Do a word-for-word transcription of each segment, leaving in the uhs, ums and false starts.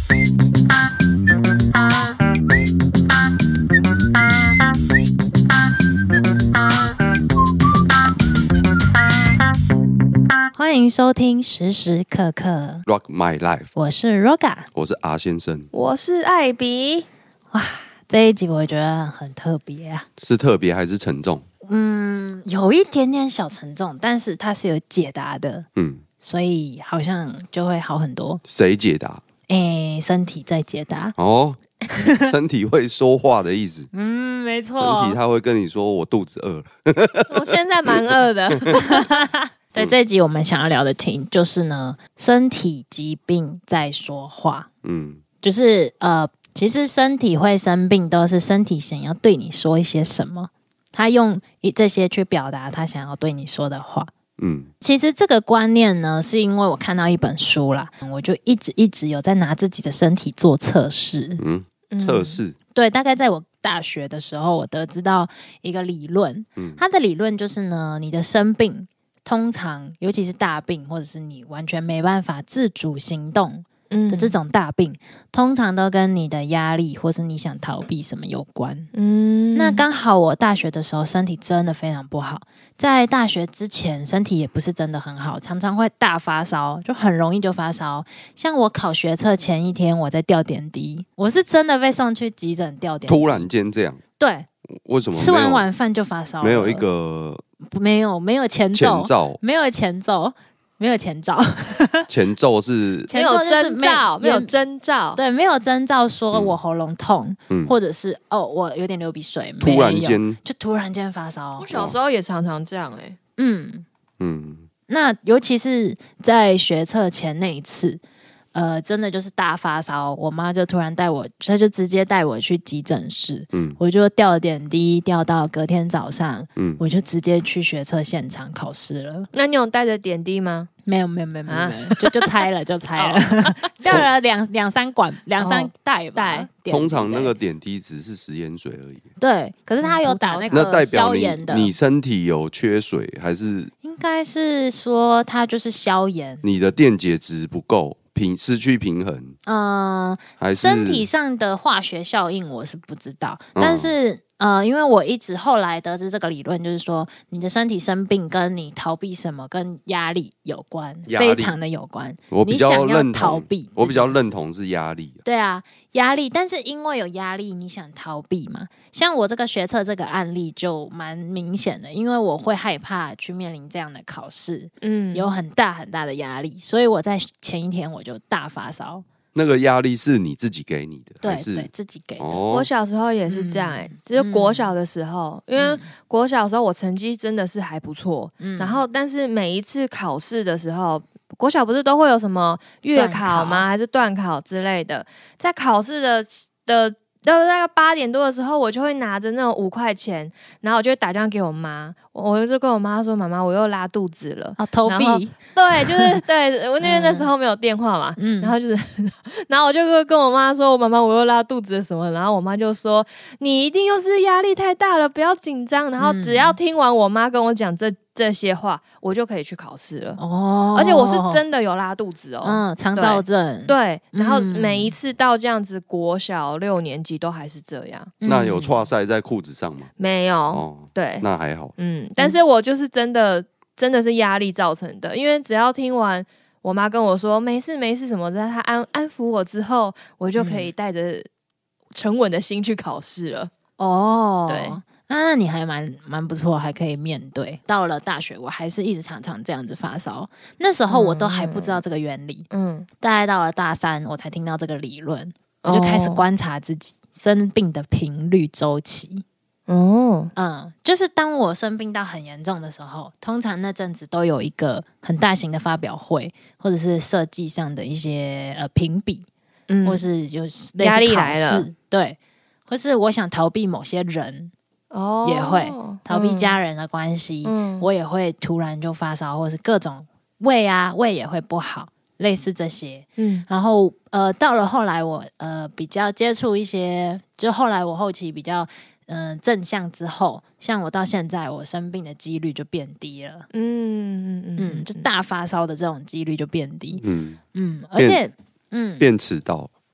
欢迎收听时时刻刻 Rock My Life， 我是 Roga， 我是阿先生， 我是艾比。 哇，这一集我觉得很特别啊， 是特别还是沉重？ 嗯，有一点点小沉重，但是它是有解答的， 嗯， 所以好像就会好很多。 谁解答？ 诶，身体在解答哦，身体会说话的意思。 嗯，没错， 身体他会跟你说我肚子饿了。 我现在蛮饿的。 对，这一集我们想要聊的题就是呢，身体疾病在说话。 嗯， 就是呃，其实身体会生病，都是身体想要对你说一些什么，他用这些去表达他想要对你说的话。 嗯， 其实这个观念呢，是因为我看到一本书啦，我就一直一直有在拿自己的身体做测试。 嗯，测试。 对，大概在我大学的时候，我得知到一个理论， 嗯， 它的理论就是呢，你的生病通常，尤其是大病，或者是你完全没办法自主行动的这种大病，嗯、通常都跟你的压力或是你想逃避什么有关。嗯，那刚好我大学的时候身体真的非常不好，在大学之前身体也不是真的很好，常常会大发烧，就很容易就发烧。像我考学测前一天，我在吊点滴，我是真的被送去急诊吊点滴。 突然间这样？ 对， 为什么？ 吃完晚饭就发烧了？ 没有一个。 没有，没有前奏， 前奏没有前奏，没有前兆。 前奏是没有征兆，没有征兆， 对，没有征兆说我喉咙痛， 嗯、 或者是哦，我有点流鼻水， 突然间就突然间发烧。 我小时候也常常这样哎、欸。 嗯嗯， 那尤其是在学测前那一次。呃，真的就是大发烧，我妈就突然带我，她就直接带我去急诊室，嗯，我就吊点滴，吊到隔天早上，嗯，我就直接去学测现场考试了。 那你有带着点滴吗？ 没有，没有，没有，没有，啊、就就拆了，就拆了，吊了两两三管，两三袋吧。 通常那个点滴只是食盐水而已。 对，可是他有打那个消炎的。 你, 你身体有缺水还是？ 应该是说它就是消炎， 你的电解质不够。平失去平衡， 嗯、呃，身体上的化学效应我是不知道，嗯、但是呃，因为我一直后来得知这个理论，就是说你的身体生病跟你逃避什么跟压力有关，非常的有关。 我比较认同逃避， 我比较认同是压力。 对啊，压力，但是因为有压力，你想逃避嘛？像我这个学测这个案例就蛮明显的，因为我会害怕去面临这样的考试，嗯，有很大很大的压力，所以我在前一天我就大发烧。 那个压力是你自己给你的， 对还是对，自己给的。 哦、我小时候也是这样哎、欸，只、嗯、是国小的时候，嗯、因为国小的时候我成绩真的是还不错，嗯、然后但是每一次考试的时候，国小不是都会有什么月考吗？还是段考之类的，在考试的的。到大概八点多的时候，我就会拿着那种五块钱，然后我就会打电话给我妈，我就跟我妈说：“妈妈，我又拉肚子了。” 啊，投币。 对，就是对，因为那时候没有电话嘛，嗯、然后就是，然后我就跟我妈说：“妈妈，我又拉肚子了什么？”然后我妈就说：“你一定又是压力太大了，不要紧张。”然后只要听完我妈跟我讲这这些话，我就可以去考试了。哦，而且我是真的有拉肚子哦， 嗯，肠燥症。 对，然后每一次到这样子，国小六年级都还是这样。 那有剉赛在裤子上吗？ 没有。哦，对， 那还好。 嗯，但是我就是真的。真的是压力造成的，因为只要听完我妈跟我说没事没事什么的，她安安抚我之后，我就可以带着沉稳的心去考试了。 哦， 对， 啊，那你还蛮蛮不错，还可以面对。到了大学，我还是一直常常这样子发烧，那时候我都还不知道这个原理。嗯，大概到了大三，我才听到这个理论，我就开始观察自己生病的频率周期。哦，嗯，就是当我生病到很严重的时候，通常那阵子都有一个很大型的发表会，或者是设计上的一些呃评比，嗯，或是有类似考试，对，或是我想逃避某些人，哦，也会逃避家人的关系，嗯，我也会突然就发烧，或是各种胃啊胃也会不好，类似这些，嗯，然后呃，到了后来我呃比较接触一些，就后来我后期比较。嗯、呃，正向之后，像我到现在，我生病的几率就变低了。嗯嗯嗯，就大发烧的这种几率就变低。嗯嗯，而且嗯， 变迟到。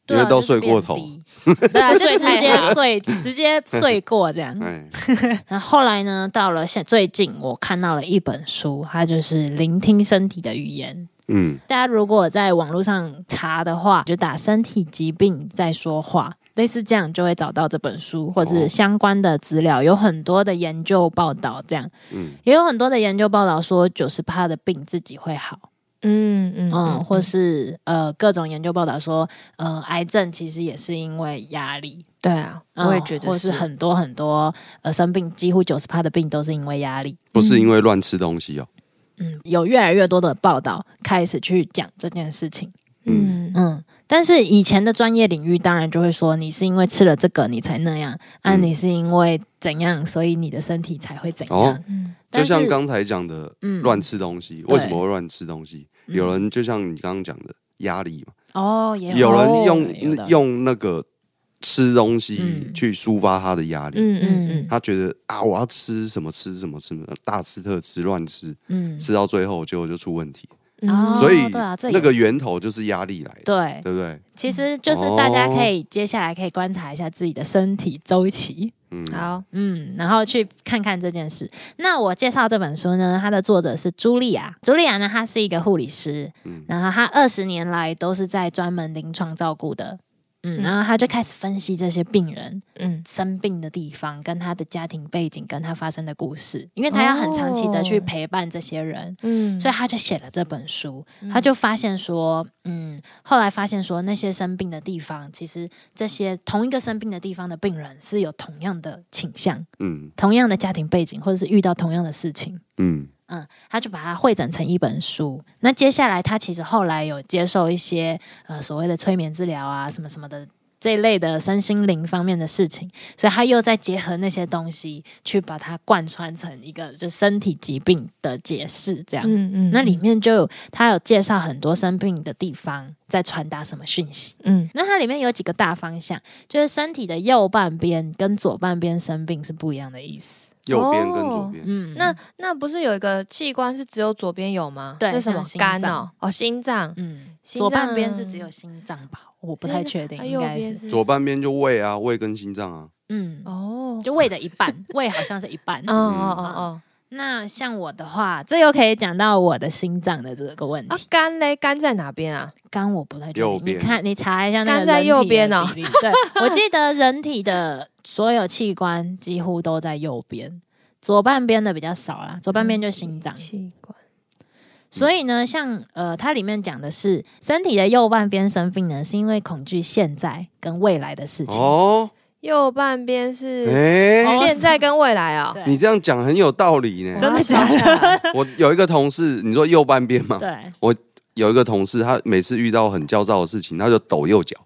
因为都睡过头， 对啊，就直接睡，直接睡过这样。然后后来呢，到了现最近，我看到了一本书，它就是《聆听身体的语言》。嗯，大家如果在网络上查的话，就打身体疾病在说话，类似这样就会找到这本书或者是相关的资料，有很多的研究报道，这样，嗯，也有很多的研究报道说九十趴的病自己会好。嗯嗯嗯，或是呃各种研究报道说，呃癌症其实也是因为压力。 对啊，我也觉得是， 或是很多很多呃生病，几乎九十趴的病都是因为压力， 不是因为乱吃东西哦。 嗯，有越来越多的报道开始去讲这件事情。嗯嗯，但是以前的专业领域当然就会说，你是因为吃了这个你才那样，啊，你是因为怎样，所以你的身体才会怎样。哦嗯、就像刚才讲的，嗯，乱吃东西，为什么会乱吃东西？有人就像你刚刚讲的压力嘛， 哦，也有人用用那个吃东西去抒发他的压力，嗯嗯嗯，他觉得啊，我要吃什么吃什么吃什么，大吃特吃乱吃，嗯，吃到最后结果就出问题。嗯、所以、啊、那个源头就是压力来的， 对对不对？ 其实就是大家可以、哦、接下来可以观察一下自己的身体周期，嗯，好，嗯，然后去看看这件事。那我介绍这本书呢，它的作者是茱莉亚。茱莉亚呢，她是一个护理师，嗯，然后她二十年来都是在专门临床照顾的。嗯，然后他就开始分析这些病人，嗯，生病的地方，跟他的家庭背景，跟他发生的故事，因为他要很长期的去陪伴这些人，嗯，所以他就写了这本书。他就发现说，嗯，后来发现说，那些生病的地方，其实这些同一个生病的地方的病人是有同样的倾向，嗯，同样的家庭背景，或者是遇到同样的事情，嗯。嗯，他就把它汇整成一本书。那接下来他其实后来有接受一些呃所谓的催眠治疗啊，什么什么的这一类的身心灵方面的事情，所以他又再结合那些东西去把它贯穿成一个就身体疾病的解释，这样。嗯嗯。那里面就有他有介绍很多生病的地方在传达什么讯息。嗯，那它里面有几个大方向，就是身体的右半边跟左半边生病是不一样的意思。 右边跟左边， 嗯，那那不是有一个器官是只有左边有吗？ 对， 那什么肝哦，哦，心脏， 嗯，左半边是只有心脏吧？我不太确定，应该是左半边就胃啊，胃跟心脏啊， 嗯，哦，就胃的一半，胃好像是一半，哦哦哦哦。那像我的话，这又可以讲到我的心脏的这个问题。 啊，肝嘞，肝在哪边啊？ 肝我不太确定，你看你查一下那个肝在右边哦。 对，我记得人体的所有器官几乎都在右边，左半边的比较少啦，左半边就心脏。器官。所以呢，像呃，它里面讲的是身体的右半边生病呢，是因为恐惧现在跟未来的事情。哦。 右半边是现在跟未来啊、哦， 你这样讲很有道理呢。 真的假的？ 我有一个同事，你说右半边嘛？ 对。 我有一个同事，他每次遇到很焦躁的事情，他就抖右脚。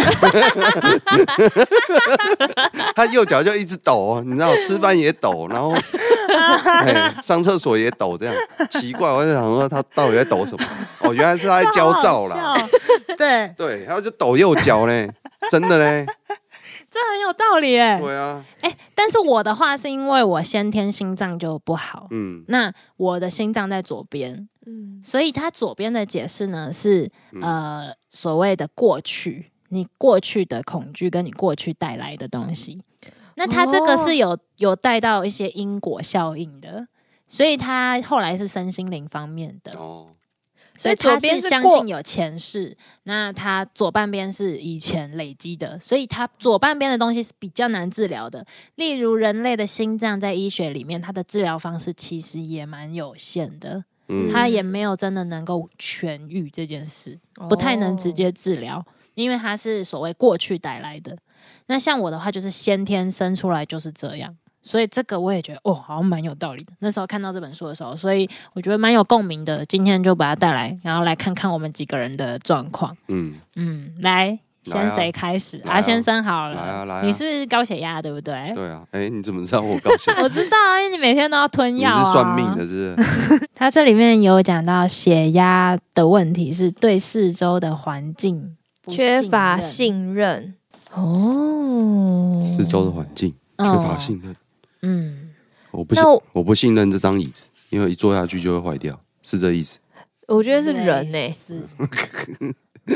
他右脚就一直抖哦，你知道，吃饭也抖，然后、欸、上厕所也抖，这样奇怪。我就想说，他到底在抖什么？哦，原来是他在焦躁啦。 对对，然后就抖右脚嘞，真的嘞。 这很有道理耶。 对啊， 哎、欸，但是我的话是因为我先天心脏就不好，嗯，那我的心脏在左边，嗯，所以它左边的解释呢是、嗯、呃所谓的过去，你过去的恐惧跟你过去带来的东西，那它这个是有、哦、有带到一些因果效应的，所以它后来是身心灵方面的哦。所以他是相信有前世，那他左半边是以前累积的，所以他左半边的东西是比较难治疗的。例如人类的心脏在医学里面，它的治疗方式其实也蛮有限的，嗯，它也没有真的能够痊愈这件事，不太能直接治疗，哦，因为它是所谓过去带来的。那像我的话，就是先天生出来就是这样。所以这个我也觉得哦，好像蛮有道理的。那时候看到这本书的时候，所以我觉得蛮有共鸣的。今天就把它带来，然后来看看我们几个人的状况。嗯嗯，来，先谁开始？阿、啊啊、先生好了， 来啊来啊！ 你是高血压对不对？ 对啊，哎，你怎么知道我高血压？ 我知道啊，因为你每天都要吞药啊。 你是算命的是不是？ 他这里面有讲到血压的问题是对四周的环境缺乏信任哦，四周的环境缺乏信任。嗯，我不信，我不信任这张椅子，因为一坐下去就会坏掉，是这意思？ 我觉得是人呢、欸。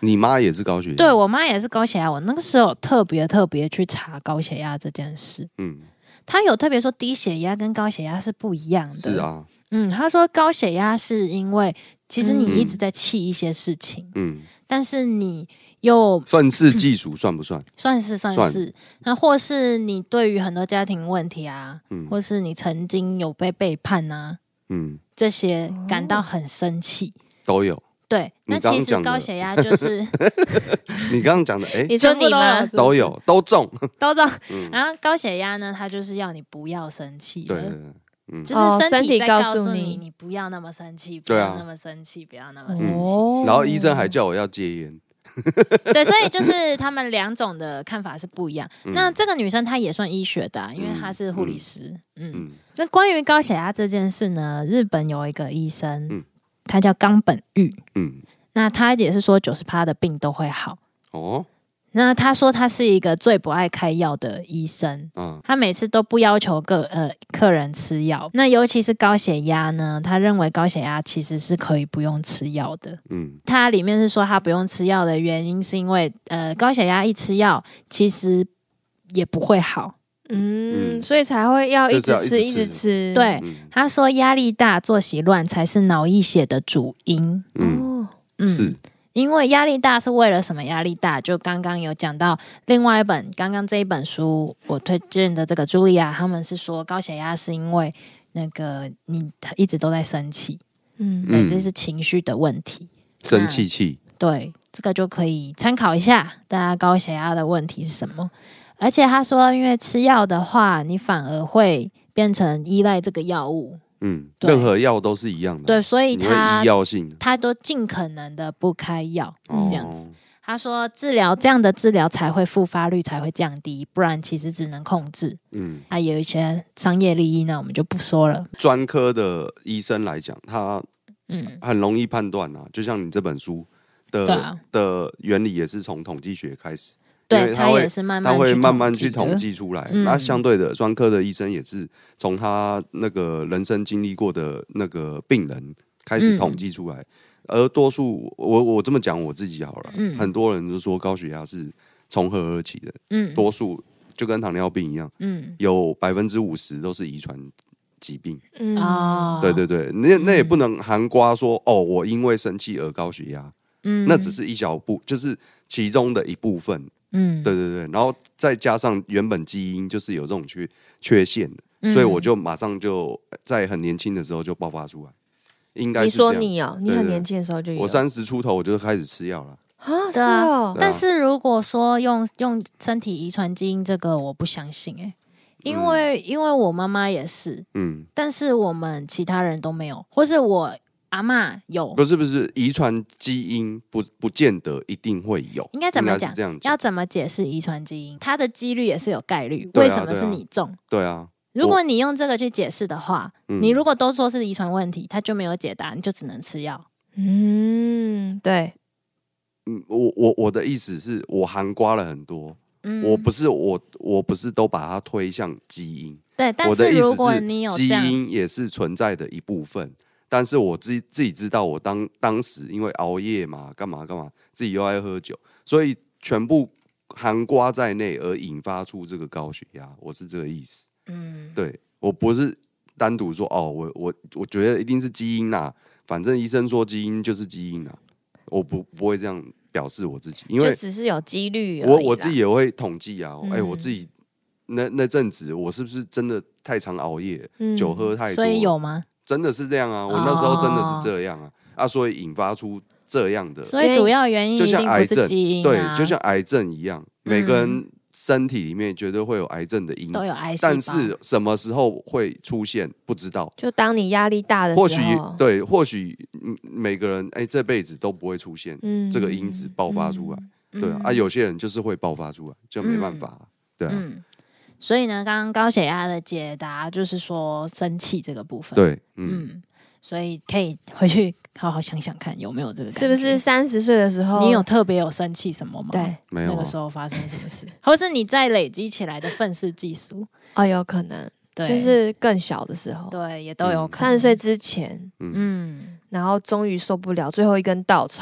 你妈也是高血压？ 对，我妈也是高血压。我那个时候特别特别去查高血压这件事。嗯，她有特别说低血压跟高血压是不一样的。 是啊。 嗯，她说高血压是因为其实你一直在气一些事情。嗯，但是你又愤世嫉俗算不算？ 算是算是。那或是你对于很多家庭问题啊，嗯、或是你曾经有被背叛啊，嗯，这些感到很生气， 都有。 对，那其实高血压就是你刚刚讲的，哎、欸， 你说你吗？ 都有，都中， 都中。嗯、然后高血压呢，它就是要你不要生气， 对， 嗯，就是身体在告诉你，你不要那么生气，不要那么生气，不要那么生气。 嗯、然后医生还叫我要戒烟。 对，所以就是他们两种的看法是不一样。嗯、那这个女生她也算医学的、啊，因为她是护理师。嗯，嗯这关于高血压这件事呢，日本有一个医生。嗯他叫冈本裕，嗯，那他也是说九十趴的病都会好哦。那他说他是一个最不爱开药的医生，嗯，他每次都不要求个呃客人吃药。那尤其是高血压呢，他认为高血压其实是可以不用吃药的，嗯，他里面是说他不用吃药的原因是因为呃高血压一吃药其实也不会好。 嗯，嗯所以才会要一直吃，一直吃。 对，嗯、他说压力大、作息乱才是脑溢血的主因。 嗯，嗯是因为压力大是为了什么？压力大就刚刚有讲到另外一本，刚刚这一本书我推荐的这个茱莉亚，他们是说高血压是因为那个你一直都在生气。嗯，对，这是情绪的问题， 生气气。 对，这个就可以参考一下，大家高血压的问题是什么？而且他说，因为吃药的话，你反而会变成依赖这个药物。 嗯，任何药都是一样的。 对，所以他依药性， 他都尽可能的不开药，哦、这样子。他说，治疗这样的治疗才会复发率才会降低，不然其实只能控制。嗯，还、啊、有一些商业利益呢，我们就不说了。 专科的医生来讲，他嗯很容易判断啊，就像你这本书的、啊、的原理也是从统计学开始。 对，他也是慢慢， 他会慢慢去统计出来。嗯、那相对的，专科的医生也是从他那个人生经历过的那个病人开始统计出来。嗯、而多数，我我这么讲我自己好了，嗯、很多人都说高血压是从何而起的。嗯，多数就跟糖尿病一样，嗯，有百分之五十都是遗传疾病。嗯啊，对对对，那那也不能含瓜说哦，我因为生气而高血压。嗯，那只是一小步，就是其中的一部分。嗯，对对对，然后再加上原本基因就是有这种缺缺陷的，嗯、所以我就马上就在很年轻的时候就爆发出来。应该是这样。 你说你哦，你很年轻的时候就有。 我三十出头我就开始吃药了。 啊，是哦。 但是如果说用用身体遗传基因这个，我不相信哎、欸，因为、嗯、因为我妈妈也是，嗯，但是我们其他人都没有，或是我。阿嬷有， 不是不是，遗传基因不不见得一定会有， 应该怎么讲？要怎么解释遗传基因？它的几率也是有概率，为什么是你中？ 对啊， 如果你用这个去解释的话，你如果都说是遗传问题，它就没有解答，你就只能吃药。 嗯，对， 嗯，我我我的意思是我含刮了很多，嗯、我不是我我不是都把它推向基因， 对，但是如果你有基因也是存在的一部分。但是我自己自己知道，我当当时因为熬夜嘛，干嘛干嘛，自己又爱喝酒，所以全部含刮在内，而引发出这个高血压。我是这个意思。嗯，对，我不是单独说哦，我我我觉得一定是基因啦，反正医生说基因就是基因啦，我不不会这样表示我自己，因为就只是有几率而已。 我我自己也会统计啊，哎、嗯欸，我自己那那阵子我是不是真的太常熬夜，嗯、酒喝太多， 所以有吗？ 真的是这样啊，我那时候真的是这样啊，哦、啊，所以引发出这样的， 所以主要原因就像癌症， 啊、 对，就像癌症一样，嗯、每个人身体里面绝对会有癌症的因子， 都有癌细胞， 但是什么时候会出现不知道。 就当你压力大的时候， 或许对，或许每个人哎这辈子都不会出现这个因子爆发出来，嗯、对啊，啊，有些人就是会爆发出来，就没办法，嗯、对啊。嗯所以呢，刚刚高血压的解答就是说生气这个部分。 对，嗯， 嗯所以可以回去好好想想看有没有这个感觉。 是不是三十岁的时候， 你有特别有生气什么吗？ 对， 没有。 那个时候发生什么事，或是你在累积起来的愤世嫉俗？ 哦，有可能，对，就是更小的时候， 对，也都有可能。 三十岁之前，嗯，然后终于受不了，最后一根稻草。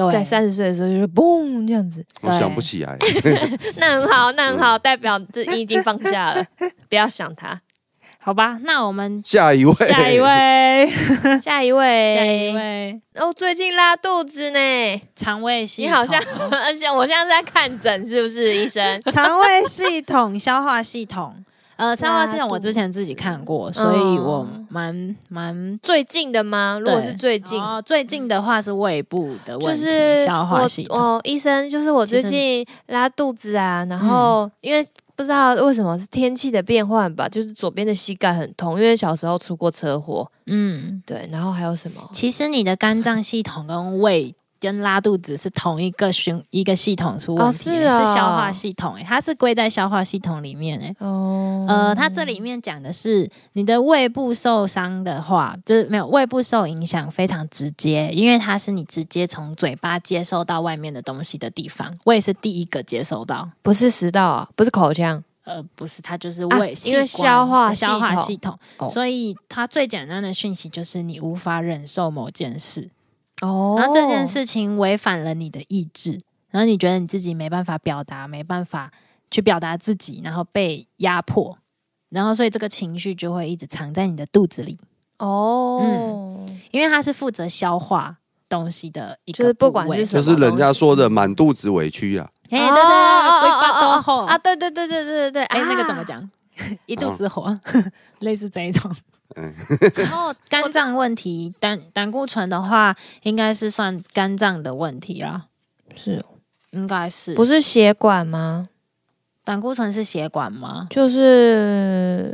在三十岁的时候就是嘣这样子。 我想不起来。 那很好，那很好，代表这你已经放下了，不要想它。 好吧，那我们下一位， 下一位， 下一位， 下一位。 哦，最近拉肚子呢， 肠胃系统。 你好像，而且我现在是在看诊，是不是医生？ 肠胃系统、消化系统。呃，消化系统我之前自己看过，所以我蛮蛮最近的吗？如果是最近， 哦，最近的话是胃部的问题，就是消化系统。 我医生就是我最近拉肚子啊，然后因为。不知道为什么是天气的变换吧，就是左边的膝盖很痛，因为小时候出过车祸。嗯，对，然后还有什么？ 其实你的肝脏系统跟胃跟拉肚子是同一个循一个系统出问题，哦是, 哦、是消化系统、欸，它是归在消化系统里面、欸。哦，呃，它这里面讲的是你的胃部受伤的话，就是没有胃部受影响非常直接，因为它是你直接从嘴巴接收到外面的东西的地方，胃是第一个接收到， 不是食道啊，不是口腔。 呃，不是，它就是胃、啊， 因为消化消化系统，哦、所以它最简单的讯息就是你无法忍受某件事。哦，然后这件事情违反了你的意志，然后你觉得你自己没办法表达，没办法去表达自己，然后被压迫，然后所以这个情绪就会一直藏在你的肚子里。哦，嗯，因为它是负责消化东西的一个部位， 就是不管是什么， 就是人家说的满肚子委屈啊。 哎、欸，对对对，胃巴都啊，对对对对对对对， 哎、欸，那个怎么讲？一肚子火，类似这一种。然后肝脏问题，胆胆固醇的话，应该是算肝脏的问题啦。 是， 应该是， 不是血管吗？ 胆固醇是血管吗？ 就是、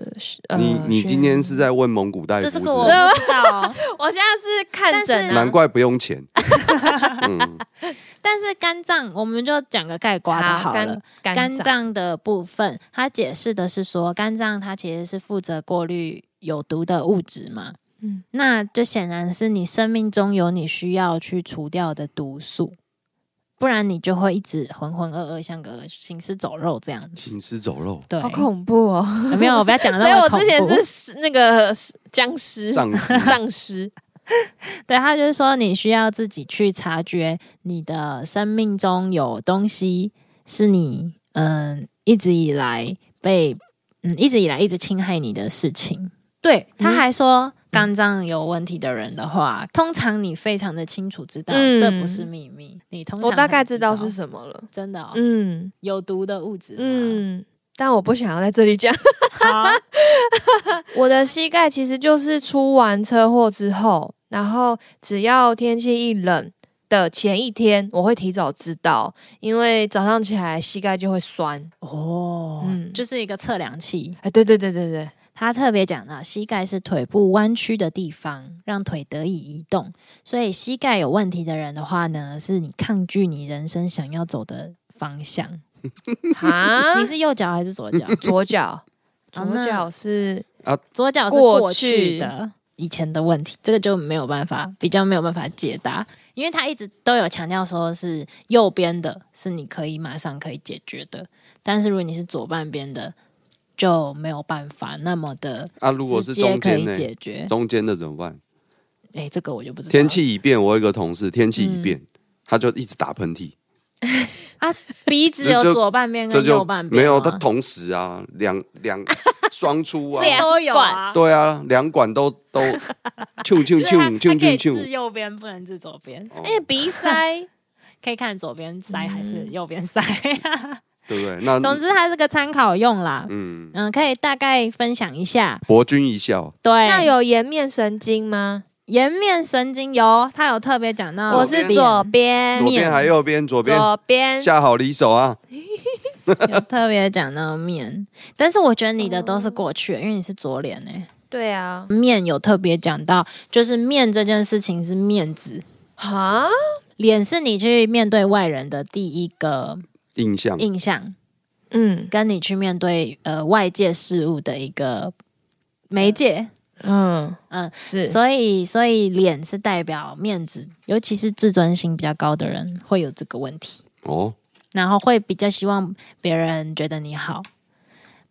呃、你你今天是在问蒙古大夫？ 就这个我不知道， 我现在是看诊、啊， 难怪不用钱。 嗯，但是肝脏，我们就讲个概括的好了。 肝肝脏的部分，它解释的是说，肝脏它其实是负责过滤有毒的物质嘛。嗯，那就显然是你生命中有你需要去除掉的毒素。不然你就会一直浑浑噩噩，像个行尸走肉这样子。 行尸走肉， 对， 好恐怖哦！ 有没有？我不要讲的那么恐怖。 所以我之前是那个僵尸、 丧尸、 丧尸。 对，他就是说，你需要自己去察觉你的生命中有东西是你嗯一直以来被嗯一直以来一直侵害你的事情。对，他还说。嗯肝脏有问题的人的话，嗯、通常你非常的清楚知道、嗯、这不是秘密，你通常我大概知道是什么了， 真的、哦，嗯，有毒的物质，嗯， 但我不想要在这里讲。好，我的膝盖其实就是出完车祸之后，然后只要天气一冷的前一天，我会提早知道，因为早上起来膝盖就会酸。 哦，嗯，就是一个测量器。 哎，对对对对对。 他特别讲到，膝盖是腿部弯曲的地方，让腿得以移动。所以膝盖有问题的人的话呢，是你抗拒你人生想要走的方向。哈，你是右脚还是左脚？ 左脚，左脚是啊，左脚是过去的以前的问题，这个就没有办法，比较没有办法解答，因为他一直都有强调说是右边的是你可以马上可以解决的，但是如果你是左半边的。就没有办法那么的啊！如果是中间呢？解决中间的怎么办？ 哎、欸，这个我就不知道。 天气一变，我有一个同事，天气一变，嗯、他就一直打喷嚏。 啊，鼻子有左半边跟右半边， 没有，他同时啊，两两双出啊， 都有啊。 对啊，两管都都啾啾啾啾啾啾。 治右边不能治左边， 哎、欸，鼻塞可以看左边塞还是右边塞。 对不对？那总之它是个参考用啦，嗯嗯，可以大概分享一下， 博君一笑。 对， 那有颜面神经吗？ 颜面神经有，他有特别讲到， 我是左边， 左边还右边，左边， 左边下好离手啊。 有特别讲到面，但是我觉得你的都是过去的，因为你是左脸哎、欸。 对啊， 面有特别讲到，就是面这件事情是面子哈，脸是你去面对外人的第一个。 印象， 印象，嗯，跟你去面对呃外界事物的一个媒介，嗯嗯，是，所以所以脸是代表面子，尤其是自尊心比较高的人会有这个问题哦，然后会比较希望别人觉得你好。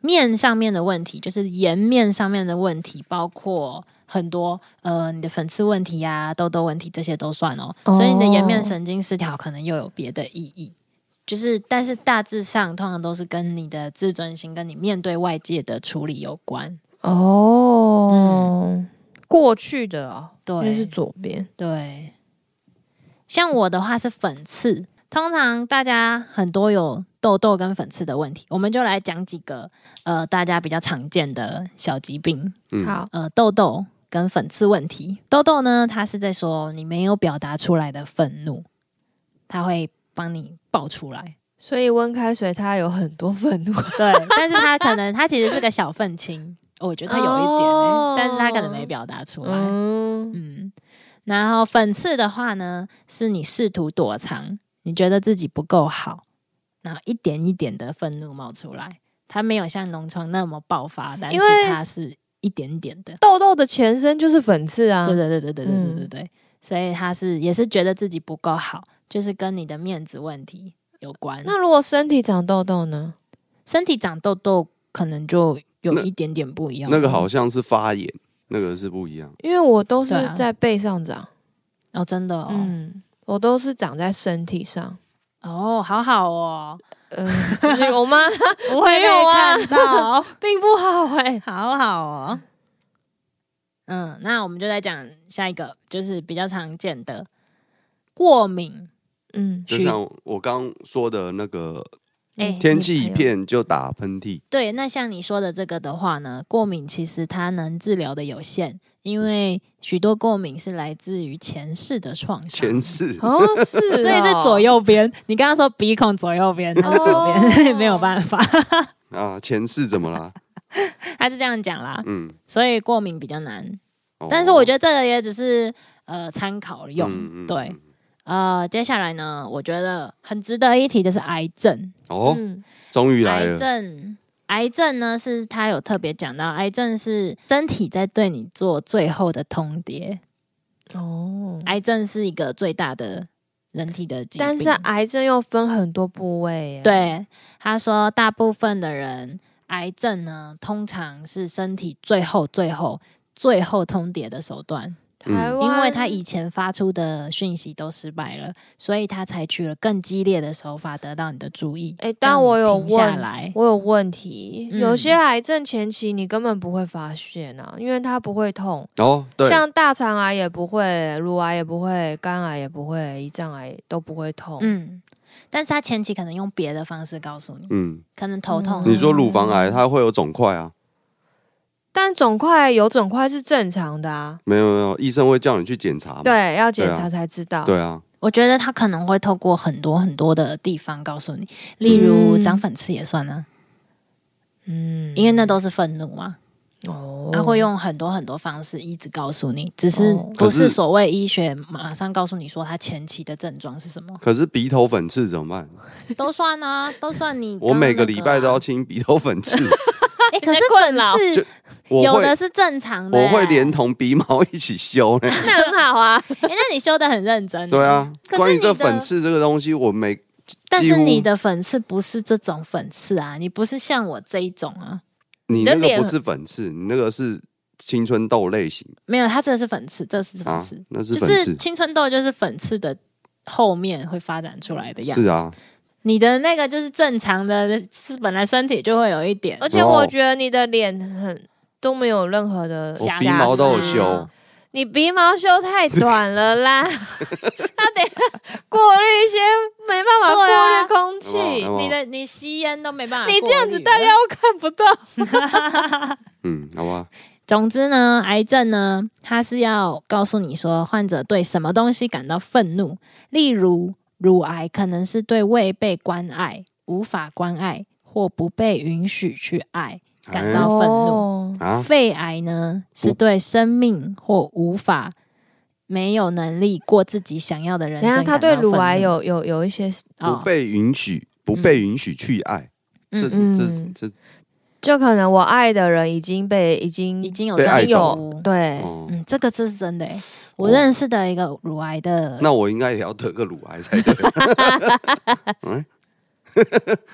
面上面的问题，就是颜面上面的问题，包括很多呃你的粉刺问题啊、痘痘问题，这些都算哦。哦，所以你的颜面神经失调可能又有别的意义，就是但是大致上通常都是跟你的自尊心、跟你面对外界的处理有关。 哦，嗯、过去的哦， 对， 那是左边。 对，像我的话是粉刺，通常大家很多有痘痘跟粉刺的问题，我们就来讲几个呃大家比较常见的小疾病。 嗯、好， 呃，痘痘跟粉刺问题。痘痘呢，它是在说你没有表达出来的愤怒，它会帮你爆出来。 所以温开水它有很多愤怒， 对，但是它可能它其实是个小愤青，我觉得它有一点、欸哦，但是它可能没表达出来。嗯，嗯然后粉刺的话呢，是你试图躲藏，你觉得自己不够好，然后一点一点的愤怒冒出来。它没有像脓疮那么爆发，但是它是一点点的。 痘痘的前身就是粉刺啊， 对对对对对对对对对、嗯，所以它是也是觉得自己不够好，就是跟你的面子问题有关。 那如果身体长痘痘呢？ 身体长痘痘可能就有一点点不一样。 那, 那个好像是发炎，那个是不一样。 因为我都是在背上长。啊、 哦，真的哦。 嗯，我都是长在身体上。 哦，好好哦。 嗯、呃，有吗？ 不会有看到， 并不好哎、欸， 好好哦。嗯，那我们就来讲下一个，就是比较常见的过敏。 嗯，就像我刚说的那个，天气一变就打喷嚏。 对，那像你说的这个的话呢，过敏其实它能治疗的有限，因为许多过敏是来自于前世的创伤。 前世哦，是哦， 所以是左右边。你刚刚说鼻孔左右边，它是左边，哦、没有办法啊。前世怎么啦？ 他是这样讲啦，嗯，所以过敏比较难。哦、但是我觉得这个也只是呃参考用，嗯嗯对。呃，接下来呢，我觉得很值得一提的是癌症哦，终于来了。 癌症，癌症呢是他有特别讲到，癌症是身体在对你做最后的通牒哦。癌症是一个最大的人体的疾病， 但是癌症又分很多部位耶。 对，他说大部分的人癌症呢，通常是身体最后最后最后通牒的手段。嗯、因为他以前发出的讯息都失败了，所以他采取了更激烈的手法得到你的注意。 哎、欸，但我有问，我有问题、嗯，有些癌症前期你根本不会发现啊，因为它不会痛哦。对， 像大肠癌也不会，乳癌也不会，肝癌也不会，胰脏癌都不会痛。 嗯，但是他前期可能用别的方式告诉你，嗯，可能头痛、啊。 你说乳房癌，它会有肿块啊？ 但肿块有肿块是正常的啊， 没有没有，医生会叫你去检查嘛。 对，要检查才知道。 对啊，对啊我觉得他可能会透过很多很多的地方告诉你，例如长粉刺也算啊，嗯，因为那都是愤怒嘛。哦，他会用很多很多方式一直告诉你，只是不是所谓医学马上告诉你说他前期的症状是什么。 可是鼻头粉刺怎么办？ 都算啊，都算你、那個啊。 我每个礼拜都要清鼻头粉刺。 哎、欸，可是粉刺有的是正常的、欸， 我会连同鼻毛一起修呢、欸。 那很好啊， 哎、欸，那你修得很认真、欸。 对啊，关于这粉刺这个东西，我没。 但是你的粉刺不是这种粉刺啊，你不是像我这一种啊。 你那个不是粉刺，你那个是青春痘类型。 没有，它这是粉刺，这是粉刺，啊、 那是粉刺。 就是青春痘，就是粉刺的后面会发展出来的样子。 是啊。 你的那个就是正常的，是本来身体就会有一点， 而且我觉得你的脸很都没有任何的瑕疵， 我鼻毛都有修， 你鼻毛修太短了啦，它得过滤一些没办法过滤空气， 啊、 你的你吸烟都没办法， 你这样子大家都看不到。 嗯，好吧。 总之呢，癌症呢，它是要告诉你说，患者对什么东西感到愤怒，例如。乳癌可能是对未被关爱、无法关爱或不被允许去爱感到愤怒。欸、肺癌呢是对生命或无法、没有能力过自己想要的人生感到愤怒。 等一下，他对乳癌有有有一些不被允许、不被允许去爱，嗯、这、嗯、这这。 就可能我爱的人已经被已经已经有被爱走，对， 哦、 嗯，这个这是真的、欸。我認識的一個乳癌的， 那我應該也要得個乳癌才對。嗯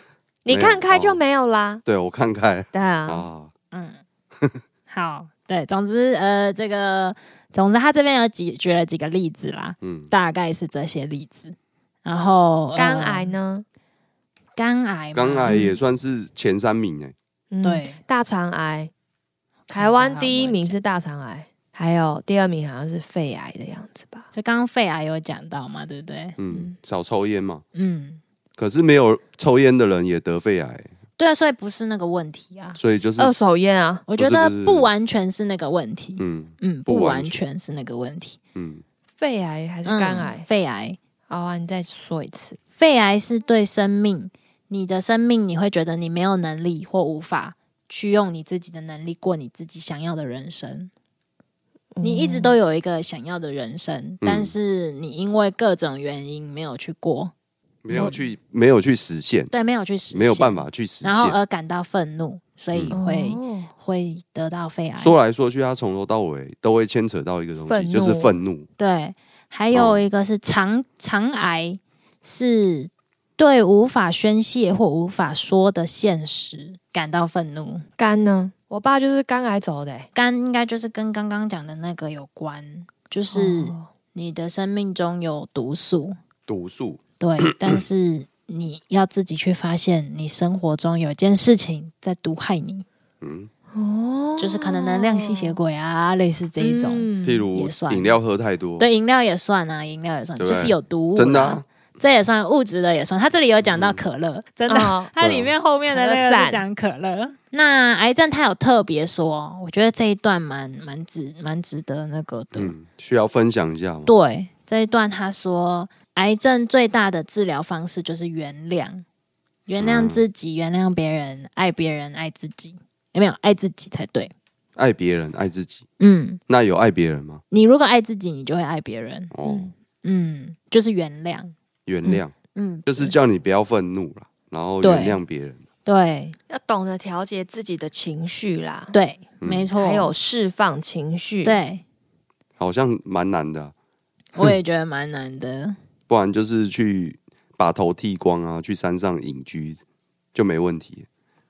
你看开就没有啦。 对，我看开。 对啊。啊嗯，好，对，总之呃，这个总之他这边有几举了几个例子啦，嗯，大概是这些例子。然后肝癌呢？ 肝癌， 肝癌也算是前三名哎、欸嗯。对， 大肠癌，台湾第一名是大肠癌，还有第二名好像是肺癌的样子吧？ 就刚刚肺癌有讲到嘛，对不对？ 嗯，少抽烟嘛。嗯，可是没有抽烟的人也得肺癌、欸。 对啊，所以不是那个问题啊， 所以就是二手烟啊。 我觉得不完全是那个问题。嗯嗯，不完全是那个问题。 嗯，肺癌还是肝癌？ 嗯、肺癌。 好啊，你再说一次。 肺癌是对生命，你的生命你会觉得你没有能力或无法去用你自己的能力过你自己想要的人生。嗯、你一直都有一个想要的人生，嗯、但是你因为各种原因没有去过， 没有去没有去实现， 对，没有去实现， 没有办法去实现， 然后而感到愤怒，所以会、嗯、会得到肺癌。 说来说去，它从头到尾都会牵扯到一个东西，就是愤怒。 对。还有一个是肠肠癌，是对无法宣泄或无法说的现实感到愤怒。 肝呢？我爸就是肝癌走的、欸， 肝应该就是跟刚刚讲的那个有关，就是你的生命中有毒素。 毒素。 对，但是你要自己去发现，你生活中有件事情在毒害你。嗯。哦，就是可能能量吸血鬼啊，类似这一种， 嗯、譬如饮料喝太多， 对，饮料也算啊，饮料也算，就是有毒物， 真的、啊， 这也算物质的也算。他这里有讲到可乐，嗯、真的，哦、它里面后面的那个是讲可乐。那癌症他有特别说，我觉得这一段蛮蛮值蛮值得那个的、嗯， 需要分享一下吗？ 对，这一段他说，癌症最大的治疗方式就是原谅，原谅自己，嗯、原谅别人，爱别人，爱自己。有没有爱自己才对？ 爱别人，爱自己。嗯，那有爱别人吗？ 你如果爱自己，你就会爱别人。哦，嗯，就是原谅， 原谅，嗯，就是叫你不要愤怒啦，然后原谅别人。 对， 要懂得调节自己的情绪啦。 对，嗯、没错， 还有释放情绪。 对， 好像蛮难的、啊。 我也觉得蛮难的。 不然就是去把头剃光啊，去山上隐居就没问题。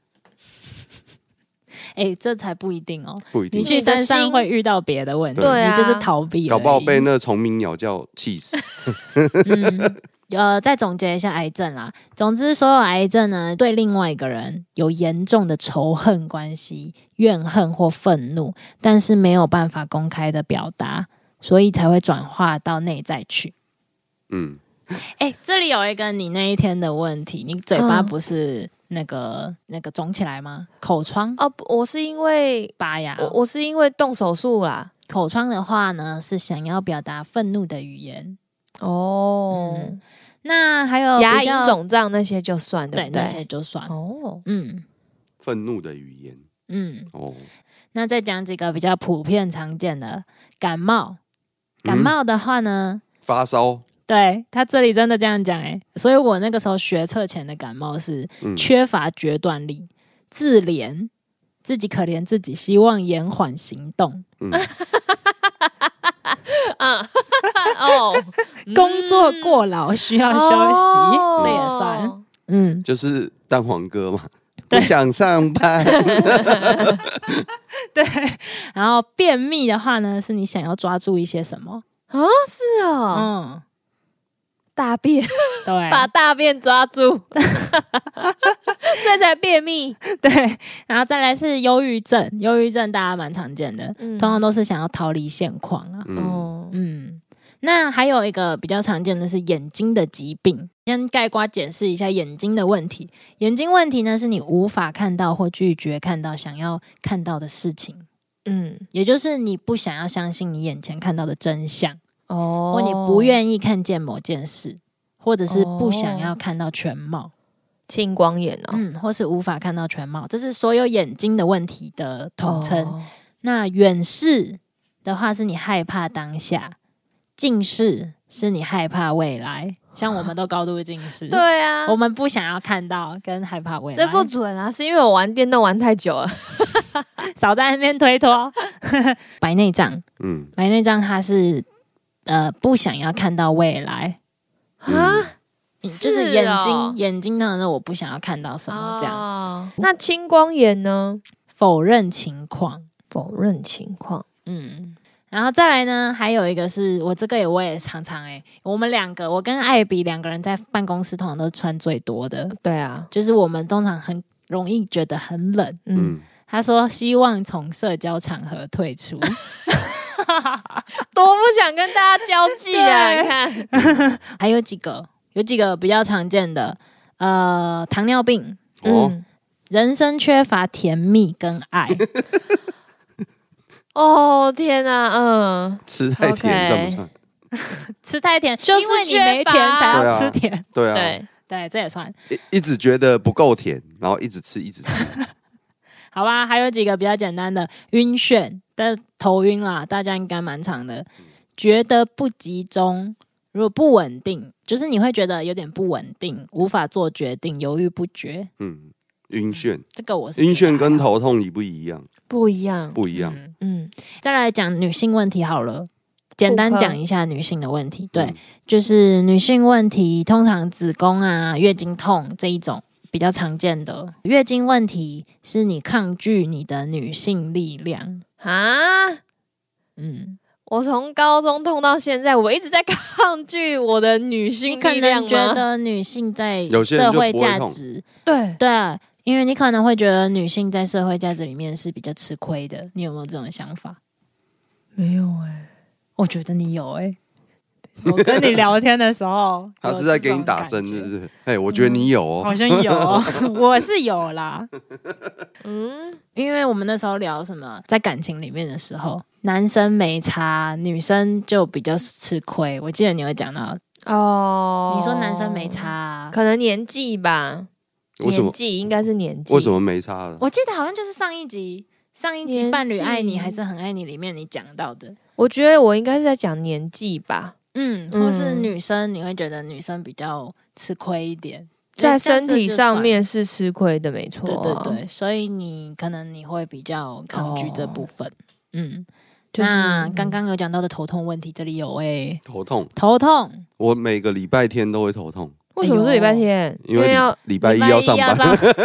哎、欸，这才不一定哦， 不一定。 你去山上会遇到别的问题， 对啊， 你就是逃避， 搞不好被那虫鸣鸟叫气死。 嗯，呃，再总结一下癌症啦。总之，所有癌症呢，对另外一个人有严重的仇恨关系、怨恨或愤怒，但是没有办法公开的表达，所以才会转化到内在去。嗯，哎、欸，这里有一个你那一天的问题，你嘴巴不是、嗯。那个那个肿起来吗？口疮哦，我是因为拔牙， 我我是因为动手术啦。 口疮的话呢，是想要表达愤怒的语言哦。嗯、那还有牙龈肿胀那些就算，对不对？ 对，那些就算哦。嗯， 愤怒的语言，嗯哦。 那再讲几个比较普遍常见的感冒，感冒的话呢， 嗯、发烧。 对，他这里真的这样讲哎，所以我那个时候学测前的感冒是缺乏决断力、嗯、自怜，自己可怜自己，希望延缓行动。嗯，哦，工作过劳需要休息，哦、这也算。嗯， 就是蛋黄哥嘛，不想上班。 对，然后便秘的话呢，是你想要抓住一些什么啊？是哦，嗯。大便，对，把大便抓住，所以才便秘。 对，然后再来是忧郁症，忧郁症大家蛮常见的，嗯、通常都是想要逃离现况啊。嗯嗯，那还有一个比较常见的是眼睛的疾病，先概括解释一下眼睛的问题。眼睛问题呢，是你无法看到或拒绝看到想要看到的事情，嗯，也就是你不想要相信你眼前看到的真相。哦，或你不愿意看见某件事，或者是不想要看到全貌， 青光眼哦， 嗯，或是无法看到全貌，这是所有眼睛的问题的统称。哦、那远视的话，是你害怕当下；近视是你害怕未来。像我们都高度近视， 对啊， 我们不想要看到跟害怕未来， 这不准啊！是因为我玩电动玩太久了， 少在那边推脱。白内障，嗯，白内障它是。呃，不想要看到未来啊， 就是眼睛、哦、眼睛呢，我不想要看到什么这样。 哦、那青光眼呢？ 否认情况， 否认情况。 嗯，然后再来呢，还有一个是我这个也我也常常哎、欸，我们两个，我跟艾比两个人在办公室通常都穿最多的。 对啊， 就是我们通常很容易觉得很冷。嗯，他说希望从社交场合退出。 多不想跟大家交际啊！你看， 还有几个，有几个比较常见的，呃，糖尿病，哦、嗯，人生缺乏甜蜜跟爱。 哦天哪，嗯， 吃太甜算不算？ Okay 吃太甜， 就是因为你没甜才要吃甜。 对啊， 对对，这也算。 一, 一直觉得不够甜，然后一直吃，一直吃。 好吧，还有几个比较简单的，晕眩的头晕啦，大家应该蛮常的。觉得不集中，如果不稳定，就是你会觉得有点不稳定，无法做决定，犹豫不决。 嗯，晕眩， 这个我是晕眩跟头痛一不一样？ 不一样， 不一样。 嗯，嗯再来讲女性问题好了，简单讲一下女性的问题。对，嗯、就是女性问题，通常子宫啊、月经痛这一种。比较常见的月经问题是你抗拒你的女性力量啊，嗯，我从高中痛到现在，我一直在抗拒我的女性力量吗？ 你可能觉得女性在社会价值， 对对，因为你可能会觉得女性在社会价值里面是比较吃亏的，你有没有这种想法？ 没有哎、欸， 我觉得你有哎、欸。我跟你聊天的时候， 他是在给你打针，是不是？哎，我觉得你有哦， 嗯、好像有、哦，我是有啦。嗯，因为我们那时候聊什么，在感情里面的时候，男生没差，女生就比较吃亏。我记得你会讲到哦，你说男生没差、啊， 可能年纪吧？年纪应该是年纪， 为什么没差的？ 我记得好像就是上一集。上一集伴侣爱你还是很爱你里面你讲到的， 我觉得我应该是在讲年纪吧。 嗯，或是女生，你会觉得女生比较吃亏一点， 在身体上面是吃亏的，没错、 啊。对对对，所以你可能你会比较抗拒这部分。哦、嗯，就是、那刚刚有讲到的头痛问题，这里有哎、欸， 头痛， 头痛， 我每个礼拜天都会头痛。 为什么是礼拜天？ 因为要礼拜一要上班。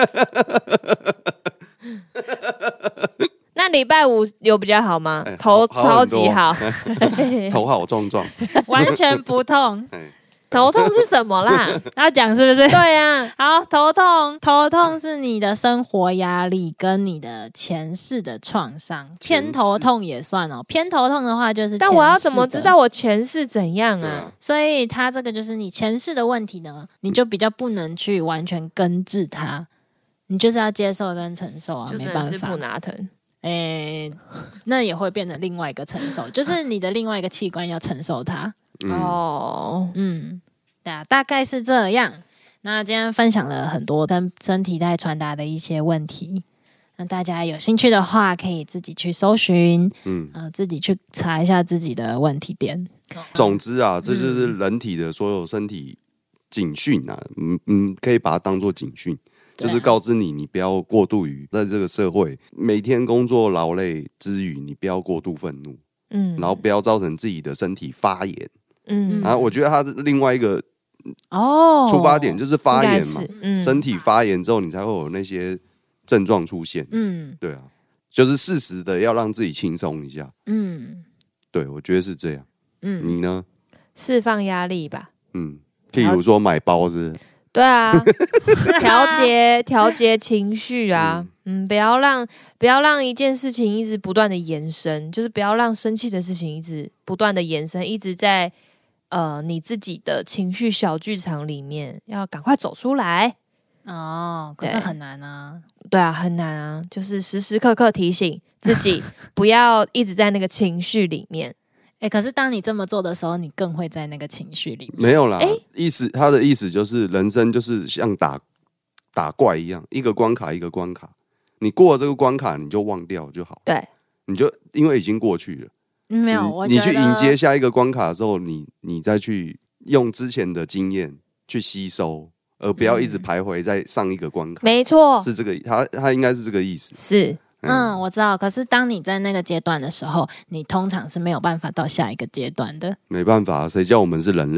那礼拜五有比较好吗？欸、头超级好， 头好壮壮， 完全不痛。 头痛是什么啦？ 要讲是不是？ 对啊， 好，头痛，头痛是你的生活压力跟你的前世的创伤，偏头痛也算哦。偏头痛的话就是前世的， 但我要怎么知道我前世怎样啊？ 所以它这个就是你前世的问题呢，你就比较不能去完全根治它，你就是要接受跟承受啊， 就没办法。 是普拿疼。 诶、欸，那也会变成另外一个承受，就是你的另外一个器官要承受它。哦，嗯，对啊，大概是这样。那今天分享了很多跟身体在传达的一些问题，那大家有兴趣的话，可以自己去搜寻，嗯，呃，自己去查一下自己的问题点。 总之啊，这就是人体的所有身体警讯啊，嗯嗯，可以把它当作警讯。就是告知你，你不要过度于在这个社会每天工作劳累之余，你不要过度愤怒，嗯，然后不要造成自己的身体发炎，嗯，然后我觉得它的另外一个哦出发点就是发炎嘛，嗯、身体发炎之后，你才会有那些症状出现，嗯，对啊，就是适时的要让自己轻松一下，嗯，对，我觉得是这样，嗯，你呢？ 释放压力吧， 嗯，譬如说买包是。 对啊，调节调节情绪啊，嗯, 嗯，不要让不要让一件事情一直不断的延伸，就是不要让生气的事情一直不断的延伸，一直在呃你自己的情绪小剧场里面，要赶快走出来。 哦，可是很难啊。 对啊，很难啊，就是时时刻刻提醒自己不要一直在那个情绪里面。 哎、欸，可是当你这么做的时候，你更会在那个情绪里面。 没有啦，欸、意思他的意思就是人生就是像打打怪一样，一个关卡一个关卡，你过了这个关卡你就忘掉就好。 对， 你就因为已经过去了， 没有，我你去迎接下一个关卡之后，你你再去用之前的经验去吸收，而不要一直徘徊在上一个关卡。 没错， 是这个，他他应该是这个意思。 是。 嗯，我知道。可是当你在那个阶段的时候，你通常是没有办法到下一个阶段的。 没办法，谁叫我们是人类啊？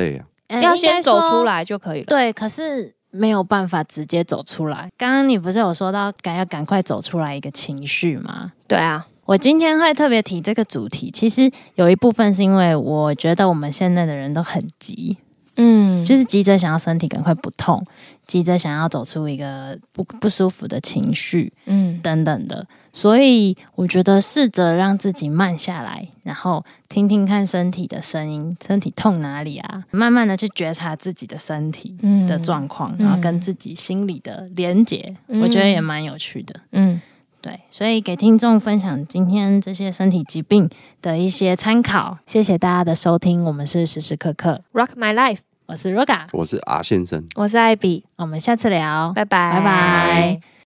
呃、 要先走出来就可以了。 对，可是没有办法直接走出来。刚刚你不是有说到赶要赶快走出来一个情绪吗？ 对啊， 我今天会特别提这个主题，其实有一部分是因为我觉得我们现在的人都很急。嗯，就是急着想要身体赶快不痛，急着想要走出一个不不舒服的情绪，嗯，等等的。所以我觉得试着让自己慢下来，然后听听看身体的声音，身体痛哪里啊？慢慢的去觉察自己的身体的状况，嗯，然后跟自己心里的连结，嗯，我觉得也蛮有趣的。嗯，对，所以给听众分享今天这些身体疾病的一些参考。谢谢大家的收听，我们是时时刻刻 Rock My Life。 我是 Roga， 我是 R 先生， 我是艾比， 我们下次聊， 拜拜， 拜拜。